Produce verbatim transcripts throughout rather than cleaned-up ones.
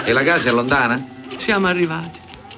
E la casa è lontana? Siamo arrivati.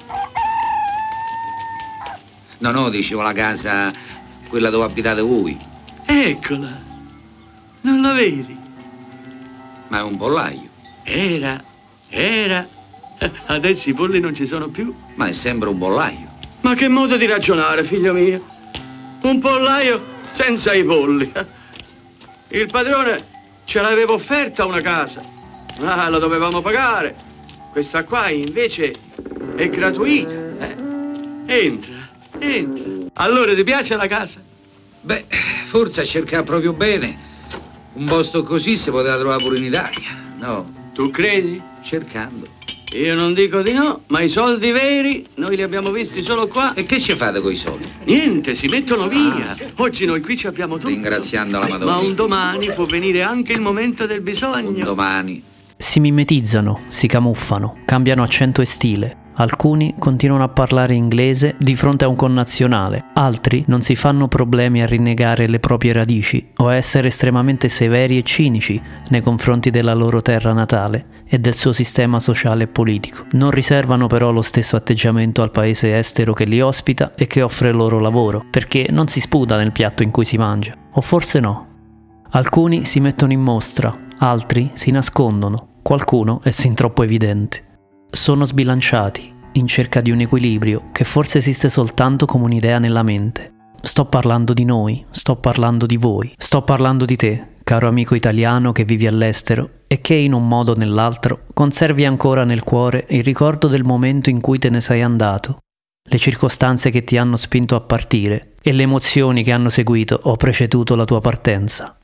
No, no, dicevo la casa, quella dove abitate voi. Eccola. Non la vedi? Ma è un pollaio. Era, era. Adesso i polli non ci sono più. Ma è sempre un pollaio. Ma che modo di ragionare, figlio mio? Un pollaio senza i polli. Il padrone ce l'aveva offerta una casa. Ah, la dovevamo pagare. Questa qua invece è gratuita. Eh? Entra, entra. Allora, ti piace la casa? Beh, forse a cercare proprio bene. Un posto così si poteva trovare pure in Italia, no? Tu credi? Cercando. Io non dico di no, ma i soldi veri noi li abbiamo visti solo qua. E che ci fate con i soldi? Niente, si mettono via. Ah. Oggi noi qui ci abbiamo tutto. Ringraziando la Madonna. Ma un domani può venire anche il momento del bisogno. Un domani. Si mimetizzano, si camuffano, cambiano accento e stile. Alcuni continuano a parlare inglese di fronte a un connazionale, altri non si fanno problemi a rinnegare le proprie radici o a essere estremamente severi e cinici nei confronti della loro terra natale e del suo sistema sociale e politico. Non riservano però lo stesso atteggiamento al paese estero che li ospita e che offre loro lavoro, perché non si sputa nel piatto in cui si mangia. O forse no. Alcuni si mettono in mostra, altri si nascondono, qualcuno è sin troppo evidente. Sono sbilanciati, in cerca di un equilibrio che forse esiste soltanto come un'idea nella mente. Sto parlando di noi, sto parlando di voi, sto parlando di te, caro amico italiano che vivi all'estero e che in un modo o nell'altro conservi ancora nel cuore il ricordo del momento in cui te ne sei andato, le circostanze che ti hanno spinto a partire e le emozioni che hanno seguito o preceduto la tua partenza.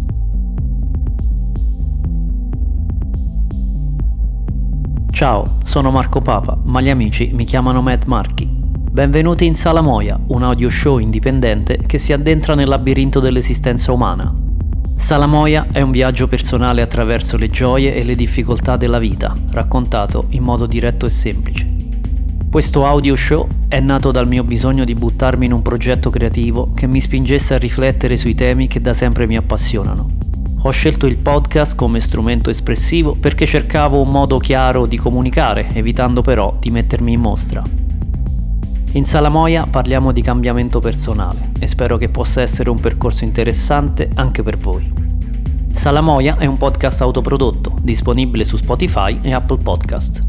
Ciao, sono Marco Papa, ma gli amici mi chiamano Mad Marchi. Benvenuti in Sala Moia, un audio show indipendente che si addentra nel labirinto dell'esistenza umana. Sala Moia è un viaggio personale attraverso le gioie e le difficoltà della vita, raccontato in modo diretto e semplice. Questo audio show è nato dal mio bisogno di buttarmi in un progetto creativo che mi spingesse a riflettere sui temi che da sempre mi appassionano. Ho scelto il podcast come strumento espressivo perché cercavo un modo chiaro di comunicare, evitando però di mettermi in mostra. In Sala Moia parliamo di cambiamento personale e spero che possa essere un percorso interessante anche per voi. Sala Moia è un podcast autoprodotto, disponibile su Spotify e Apple Podcast.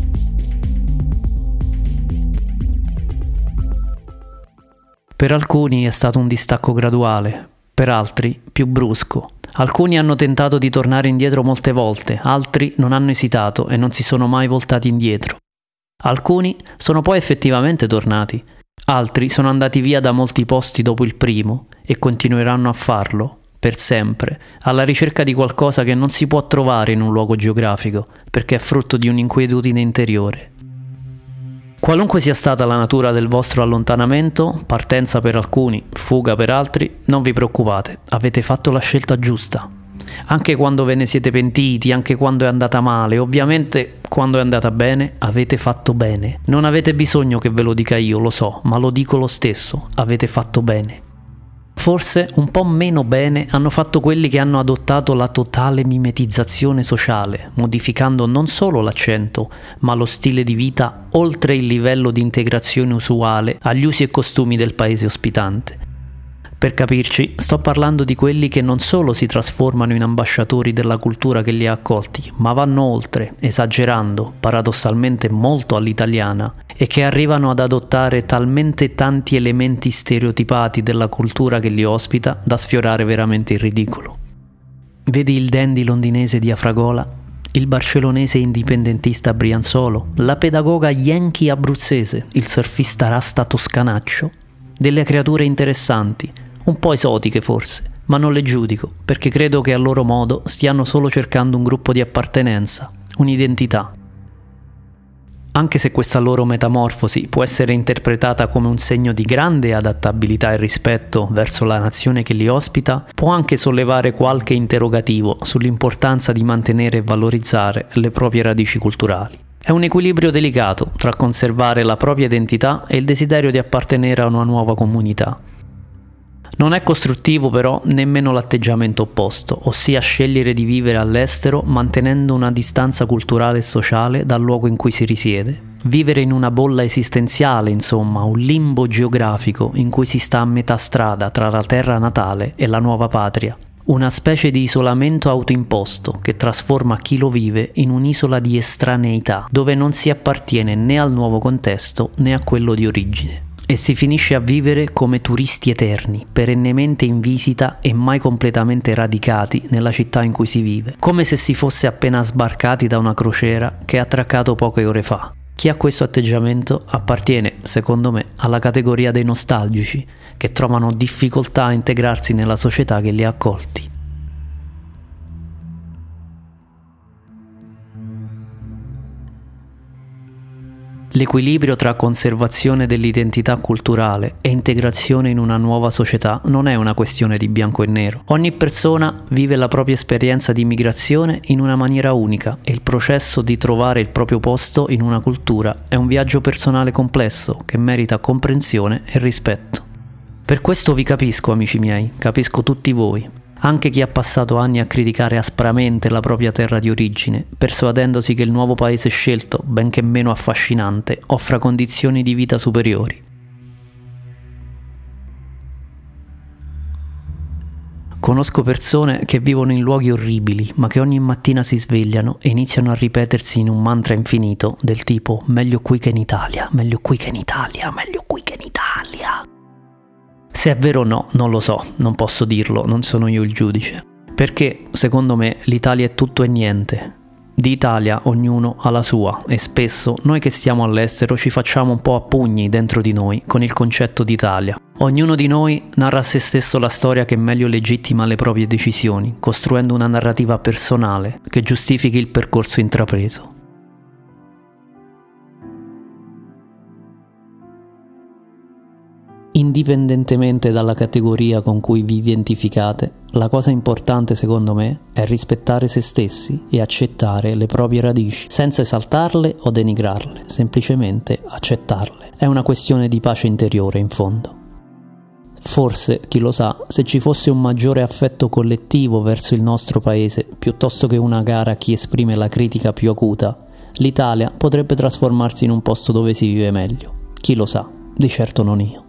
Per alcuni è stato un distacco graduale, per altri più brusco. Alcuni hanno tentato di tornare indietro molte volte, altri non hanno esitato e non si sono mai voltati indietro. Alcuni sono poi effettivamente tornati, altri sono andati via da molti posti dopo il primo e continueranno a farlo, per sempre, alla ricerca di qualcosa che non si può trovare in un luogo geografico, perché è frutto di un'inquietudine interiore. Qualunque sia stata la natura del vostro allontanamento, partenza per alcuni, fuga per altri, non vi preoccupate, avete fatto la scelta giusta. Anche quando ve ne siete pentiti, anche quando è andata male, ovviamente quando è andata bene, avete fatto bene. Non avete bisogno che ve lo dica io, lo so, ma lo dico lo stesso, avete fatto bene. Forse un po' meno bene hanno fatto quelli che hanno adottato la totale mimetizzazione sociale, modificando non solo l'accento, ma lo stile di vita oltre il livello di integrazione usuale agli usi e costumi del paese ospitante. Per capirci, sto parlando di quelli che non solo si trasformano in ambasciatori della cultura che li ha accolti, ma vanno oltre, esagerando, paradossalmente molto all'italiana, e che arrivano ad adottare talmente tanti elementi stereotipati della cultura che li ospita da sfiorare veramente il ridicolo. Vedi il dandy londinese di Afragola, il barcellonese indipendentista Brianzolo, la pedagoga yankee abruzzese, il surfista rasta toscanaccio, delle creature interessanti, un po' esotiche forse, ma non le giudico, perché credo che a loro modo stiano solo cercando un gruppo di appartenenza, un'identità. Anche se questa loro metamorfosi può essere interpretata come un segno di grande adattabilità e rispetto verso la nazione che li ospita, può anche sollevare qualche interrogativo sull'importanza di mantenere e valorizzare le proprie radici culturali. È un equilibrio delicato tra conservare la propria identità e il desiderio di appartenere a una nuova comunità. Non è costruttivo però nemmeno l'atteggiamento opposto, ossia scegliere di vivere all'estero mantenendo una distanza culturale e sociale dal luogo in cui si risiede. Vivere in una bolla esistenziale, insomma, un limbo geografico in cui si sta a metà strada tra la terra natale e la nuova patria. Una specie di isolamento autoimposto che trasforma chi lo vive in un'isola di estraneità, dove non si appartiene né al nuovo contesto né a quello di origine. E si finisce a vivere come turisti eterni, perennemente in visita e mai completamente radicati nella città in cui si vive, come se si fosse appena sbarcati da una crociera che ha attraccato poche ore fa. Chi ha questo atteggiamento appartiene, secondo me, alla categoria dei nostalgici, che trovano difficoltà a integrarsi nella società che li ha accolti. L'equilibrio tra conservazione dell'identità culturale e integrazione in una nuova società non è una questione di bianco e nero. Ogni persona vive la propria esperienza di migrazione in una maniera unica e il processo di trovare il proprio posto in una cultura è un viaggio personale complesso che merita comprensione e rispetto. Per questo vi capisco, amici miei, capisco tutti voi. Anche chi ha passato anni a criticare aspramente la propria terra di origine, persuadendosi che il nuovo paese scelto, benché meno affascinante, offra condizioni di vita superiori. Conosco persone che vivono in luoghi orribili, ma che ogni mattina si svegliano e iniziano a ripetersi in un mantra infinito del tipo meglio qui che in Italia, meglio qui che in Italia, meglio qui che in Italia. Se è vero o no, non lo so, non posso dirlo, non sono io il giudice. Perché, secondo me, l'Italia è tutto e niente. Di Italia ognuno ha la sua e spesso noi che stiamo all'estero ci facciamo un po' a pugni dentro di noi con il concetto d'Italia. Ognuno di noi narra a se stesso la storia che meglio legittima le proprie decisioni, costruendo una narrativa personale che giustifichi il percorso intrapreso. Indipendentemente dalla categoria con cui vi identificate, la cosa importante secondo me è rispettare se stessi e accettare le proprie radici, senza esaltarle o denigrarle, semplicemente accettarle. È una questione di pace interiore in fondo. Forse, chi lo sa, se ci fosse un maggiore affetto collettivo verso il nostro paese, piuttosto che una gara a chi esprime la critica più acuta, l'Italia potrebbe trasformarsi in un posto dove si vive meglio. Chi lo sa, di certo non io.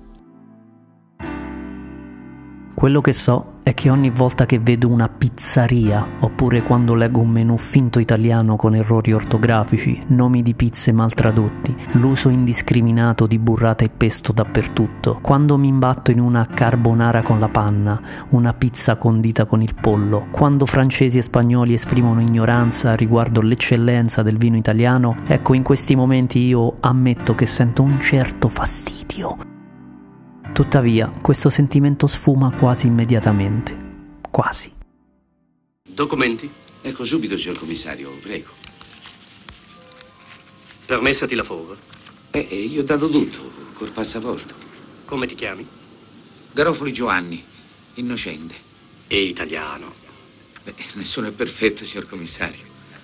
Quello che so è che ogni volta che vedo una pizzeria, oppure quando leggo un menù finto italiano con errori ortografici, nomi di pizze mal tradotti, l'uso indiscriminato di burrata e pesto dappertutto, quando mi imbatto in una carbonara con la panna, una pizza condita con il pollo, quando francesi e spagnoli esprimono ignoranza riguardo l'eccellenza del vino italiano, ecco, in questi momenti io ammetto che sento un certo fastidio. Tuttavia, questo sentimento sfuma quasi immediatamente. Quasi. Documenti? Ecco subito, signor commissario, prego. Permessa di lavoro? Eh, io ho dato tutto, col passaporto. Come ti chiami? Garofoli Giovanni, innocente. E italiano? Beh, nessuno è perfetto, signor commissario.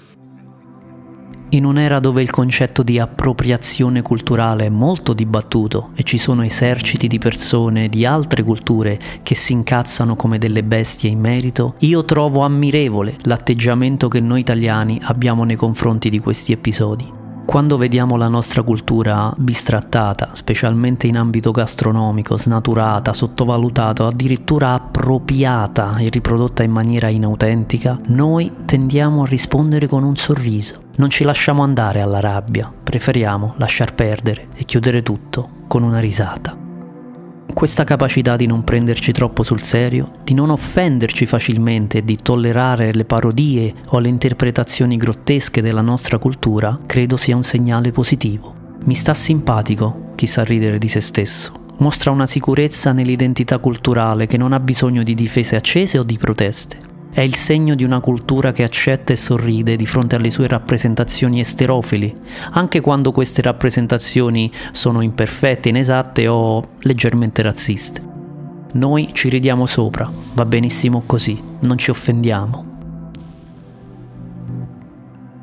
In un'era dove il concetto di appropriazione culturale è molto dibattuto e ci sono eserciti di persone di altre culture che si incazzano come delle bestie in merito, io trovo ammirevole l'atteggiamento che noi italiani abbiamo nei confronti di questi episodi. Quando vediamo la nostra cultura bistrattata, specialmente in ambito gastronomico, snaturata, sottovalutata o addirittura appropriata e riprodotta in maniera inautentica, noi tendiamo a rispondere con un sorriso. Non ci lasciamo andare alla rabbia, preferiamo lasciar perdere e chiudere tutto con una risata. Questa capacità di non prenderci troppo sul serio, di non offenderci facilmente e di tollerare le parodie o le interpretazioni grottesche della nostra cultura, credo sia un segnale positivo. Mi sta simpatico chi sa ridere di se stesso. Mostra una sicurezza nell'identità culturale che non ha bisogno di difese accese o di proteste. È il segno di una cultura che accetta e sorride di fronte alle sue rappresentazioni esterofili, anche quando queste rappresentazioni sono imperfette, inesatte o leggermente razziste. Noi ci ridiamo sopra, va benissimo così, non ci offendiamo.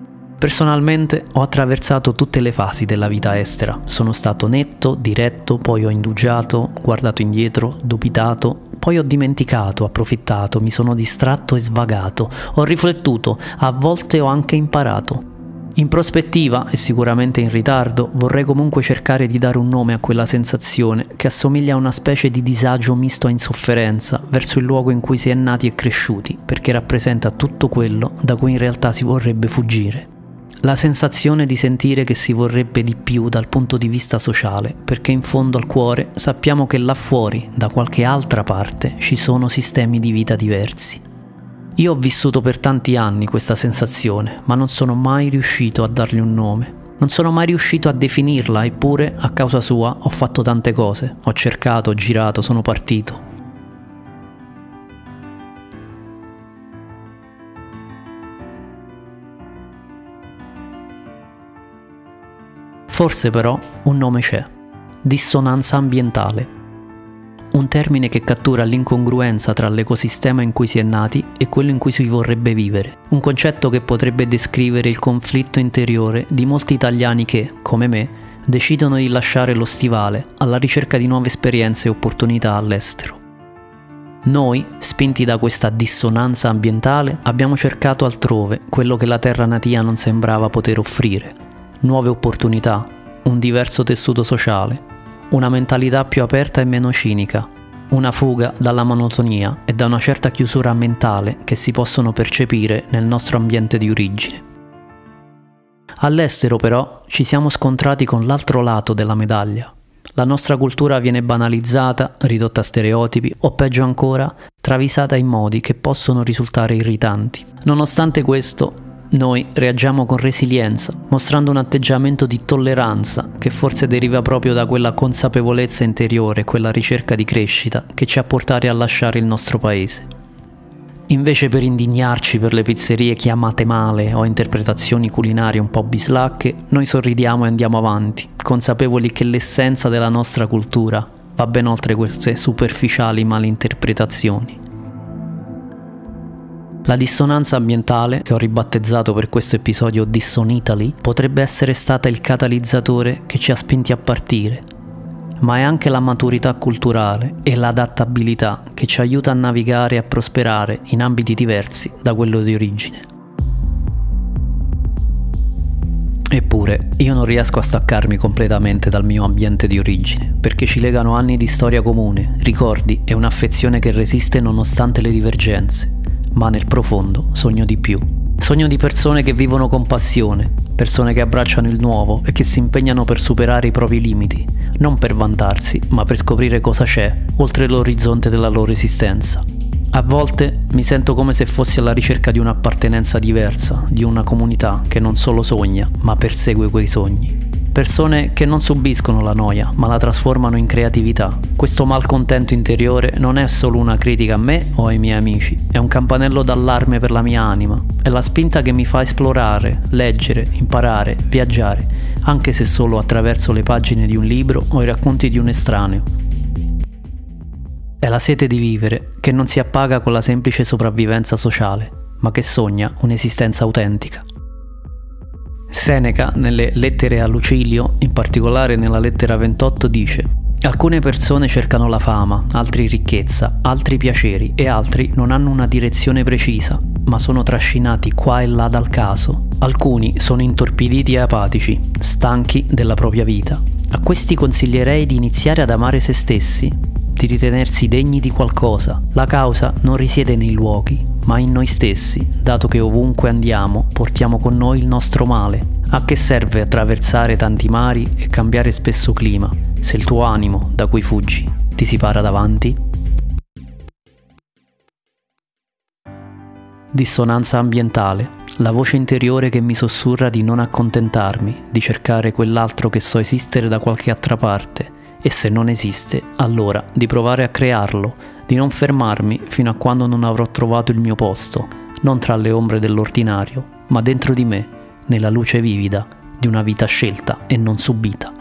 Personalmente ho attraversato tutte le fasi della vita estera. Sono stato netto, diretto, poi ho indugiato, guardato indietro, dubitato, poi ho dimenticato, approfittato, mi sono distratto e svagato, ho riflettuto, a volte ho anche imparato. In prospettiva, e sicuramente in ritardo, vorrei comunque cercare di dare un nome a quella sensazione che assomiglia a una specie di disagio misto a insofferenza verso il luogo in cui si è nati e cresciuti, perché rappresenta tutto quello da cui in realtà si vorrebbe fuggire. La sensazione di sentire che si vorrebbe di più dal punto di vista sociale, perché in fondo al cuore sappiamo che là fuori, da qualche altra parte, ci sono sistemi di vita diversi. Io ho vissuto per tanti anni questa sensazione, ma non sono mai riuscito a dargli un nome. Non sono mai riuscito a definirla, eppure, a causa sua, ho fatto tante cose. Ho cercato, ho girato, sono partito. Forse però un nome c'è. Dissonanza ambientale. Un termine che cattura l'incongruenza tra l'ecosistema in cui si è nati e quello in cui si vorrebbe vivere. Un concetto che potrebbe descrivere il conflitto interiore di molti italiani che, come me, decidono di lasciare lo stivale alla ricerca di nuove esperienze e opportunità all'estero. Noi, spinti da questa dissonanza ambientale, abbiamo cercato altrove quello che la terra natia non sembrava poter offrire. Nuove opportunità, un diverso tessuto sociale, una mentalità più aperta e meno cinica, una fuga dalla monotonia e da una certa chiusura mentale che si possono percepire nel nostro ambiente di origine. All'estero però ci siamo scontrati con l'altro lato della medaglia. La nostra cultura viene banalizzata, ridotta a stereotipi o peggio ancora, travisata in modi che possono risultare irritanti. Nonostante questo, noi reagiamo con resilienza, mostrando un atteggiamento di tolleranza che forse deriva proprio da quella consapevolezza interiore, quella ricerca di crescita che ci ha portati a lasciare il nostro paese. Invece per indignarci per le pizzerie chiamate male o interpretazioni culinarie un po' bislacche, noi sorridiamo e andiamo avanti, consapevoli che l'essenza della nostra cultura va ben oltre queste superficiali malinterpretazioni. La dissonanza ambientale, che ho ribattezzato per questo episodio Disson Italy, potrebbe essere stata il catalizzatore che ci ha spinti a partire, ma è anche la maturità culturale e l'adattabilità che ci aiuta a navigare e a prosperare in ambiti diversi da quello di origine. Eppure, io non riesco a staccarmi completamente dal mio ambiente di origine, perché ci legano anni di storia comune, ricordi e un'affezione che resiste nonostante le divergenze. Ma nel profondo sogno di più. Sogno di persone che vivono con passione, persone che abbracciano il nuovo e che si impegnano per superare i propri limiti, non per vantarsi, ma per scoprire cosa c'è oltre l'orizzonte della loro esistenza. A volte mi sento come se fossi alla ricerca di un'appartenenza diversa, di una comunità che non solo sogna, ma persegue quei sogni. Persone che non subiscono la noia, ma la trasformano in creatività. Questo malcontento interiore non è solo una critica a me o ai miei amici, è un campanello d'allarme per la mia anima, è la spinta che mi fa esplorare, leggere, imparare, viaggiare, anche se solo attraverso le pagine di un libro o i racconti di un estraneo. È la sete di vivere che non si appaga con la semplice sopravvivenza sociale, ma che sogna un'esistenza autentica. Seneca, nelle lettere a Lucilio, in particolare nella lettera ventotto, dice: alcune persone cercano la fama, altri ricchezza, altri piaceri e altri non hanno una direzione precisa, ma sono trascinati qua e là dal caso. Alcuni sono intorpiditi e apatici, stanchi della propria vita. A questi consiglierei di iniziare ad amare se stessi, di ritenersi degni di qualcosa. La causa non risiede nei luoghi, ma in noi stessi, dato che ovunque andiamo portiamo con noi il nostro male. A che serve attraversare tanti mari e cambiare spesso clima, se il tuo animo, da cui fuggi, ti si para davanti? Dissonanza ambientale, la voce interiore che mi sussurra di non accontentarmi, di cercare quell'altro che so esistere da qualche altra parte, e se non esiste, allora di provare a crearlo, di non fermarmi fino a quando non avrò trovato il mio posto, non tra le ombre dell'ordinario, ma dentro di me, nella luce vivida di una vita scelta e non subita.